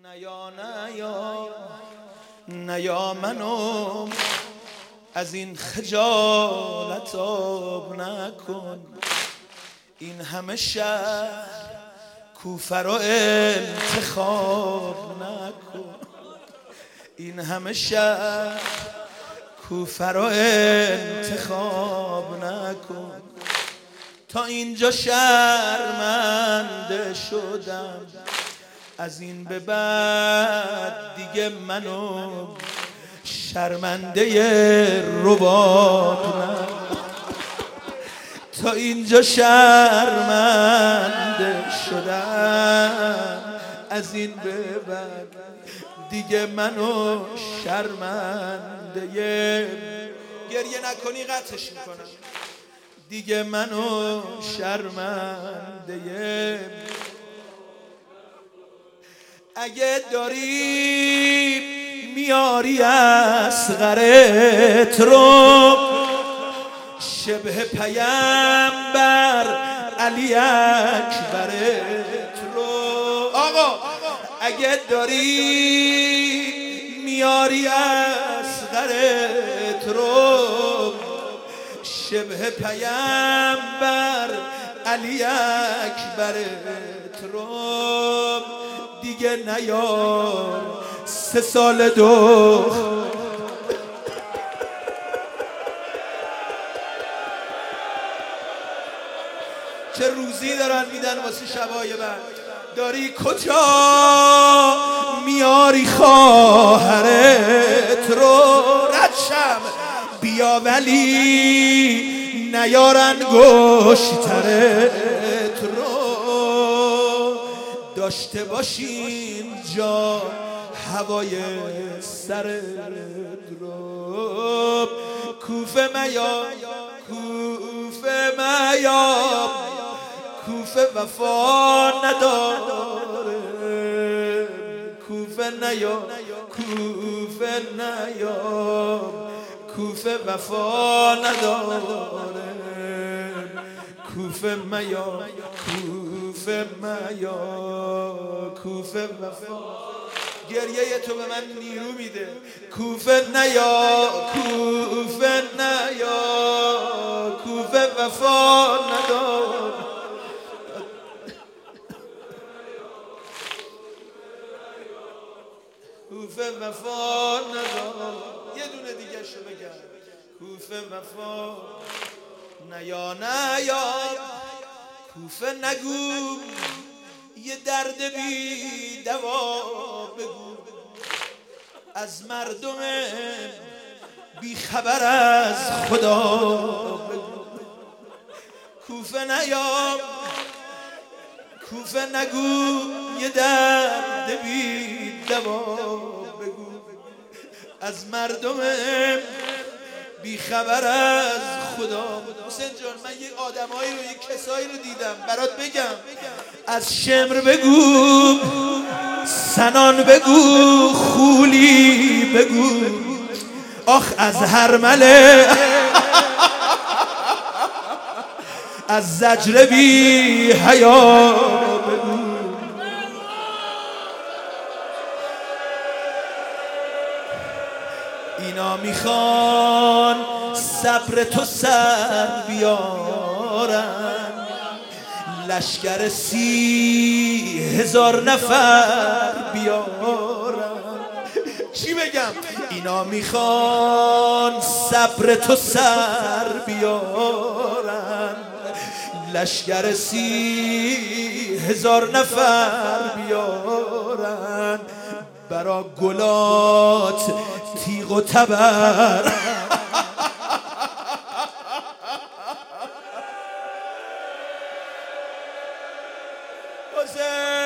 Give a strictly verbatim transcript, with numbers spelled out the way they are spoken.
نیا نیا نیا منو از این خجالت آب نکن. این همه شهر کوفه رو انتخاب نکن. این همه شهر کوفه رو انتخاب نکن. تا اینجا شرمنده شدم، از این به بعد دیگه منو شرمنده رباب نکن. تا اینجا شرمنده شدم، از این به بعد دیگه منو شرمنده گریه نکنی قطعش میکنم. دیگه منو شرمنده. اگه داری میاری اصغرت رو، شبه پیامبر علی اکبرت رو. آقا اگه داری میاری اصغرت رو، شبه پیامبر علی اکبرت رو، دیگه نیار سه سال دو. چه روزی دارن میدن واسه شبای بعد. داری کجا میاری خواهرت رو، ردشم بیا ولی نیارن گشترت رو. داشته باشین جا هوای سرت رو. کوفه میا کوفه میا کوفه وفا نداره. کوفه نیا کوفه نیا کوفه وفا نداره. کوفه میا کوفه میا کوفه وفا. گریه تو به من نیرو میده. کوفه نیا کوفه نیا کوفه وفا نداره. کوفه وفا نداره. یه دونه دیگه شو بگم. کوفه وفا نیا نیا کوفه نگو، یه درد بی دوا بگو. از مردم بی خبر از خدا بگو. کوفه نیا کوفه نگو، یه درد بی دوا بگو. از مردم بی خبر از خدا. حسین جان من یه آدمایی رو یه کسایی رو دیدم برات بگم. از شمر بگو، سنان بگو، خولی بگو، آخ از هرمله، از زجر بی حیا بگو. اینا میخوان صبر تو سر بیارن، لشکر سی هزار نفر بیارن. چی بگم؟ اینا میخوان صبر تو سر بیارن، لشکر سی هزار نفر بیارن. برا گلات تیغ و تبر. حسین